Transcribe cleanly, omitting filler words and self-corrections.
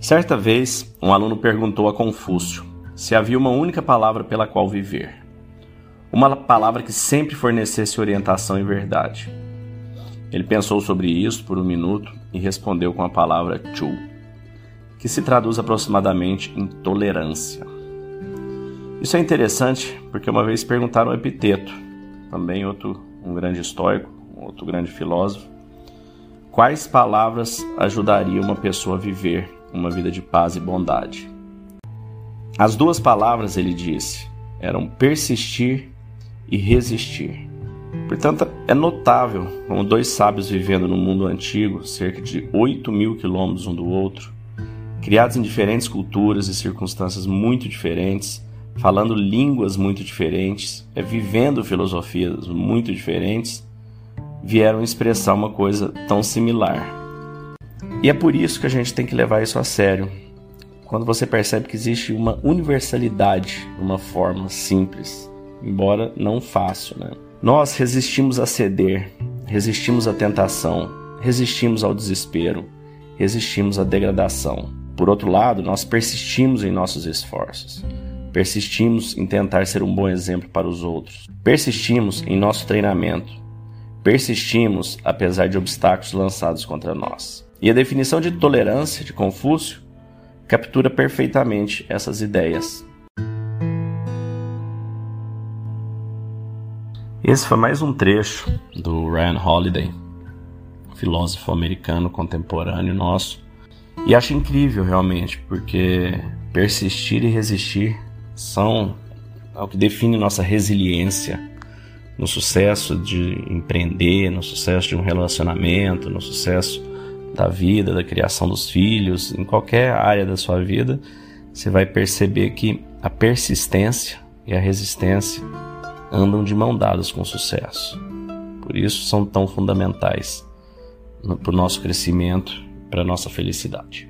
Certa vez, um aluno perguntou a Confúcio se havia uma única palavra pela qual viver. Uma palavra que sempre fornecesse orientação e verdade. Ele pensou sobre isso por um minuto e respondeu com a palavra Chu, que se traduz aproximadamente em tolerância. Isso é interessante porque uma vez perguntaram ao Epiteto, também um grande estoico, outro grande filósofo, quais palavras ajudariam uma pessoa a viver uma vida de paz e bondade. As duas palavras, ele disse, eram persistir e resistir. Portanto, é notável como dois sábios vivendo no mundo antigo, cerca de 8.000 quilômetros um do outro, criados em diferentes culturas e circunstâncias muito diferentes, falando línguas muito diferentes, vivendo filosofias muito diferentes, vieram expressar uma coisa tão similar. E é por isso que a gente tem que levar isso a sério. Quando você percebe que existe uma universalidade, uma forma simples, embora não fácil, né? Nós resistimos a ceder, resistimos à tentação, resistimos ao desespero, resistimos à degradação. Por outro lado, nós persistimos em nossos esforços. Persistimos em tentar ser um bom exemplo para os outros. Persistimos em nosso treinamento. Persistimos apesar de obstáculos lançados contra nós. E a definição de tolerância de Confúcio captura perfeitamente essas ideias. Esse foi mais um trecho do Ryan Holiday, filósofo americano contemporâneo nosso. E acho incrível realmente, porque persistir e resistir são o que define nossa resiliência no sucesso de empreender, no sucesso de um relacionamento, no sucesso da vida, da criação dos filhos, em qualquer área da sua vida, você vai perceber que a persistência e a resistência andam de mão dadas com o sucesso. Por isso são tão fundamentais para o nosso crescimento, para a nossa felicidade.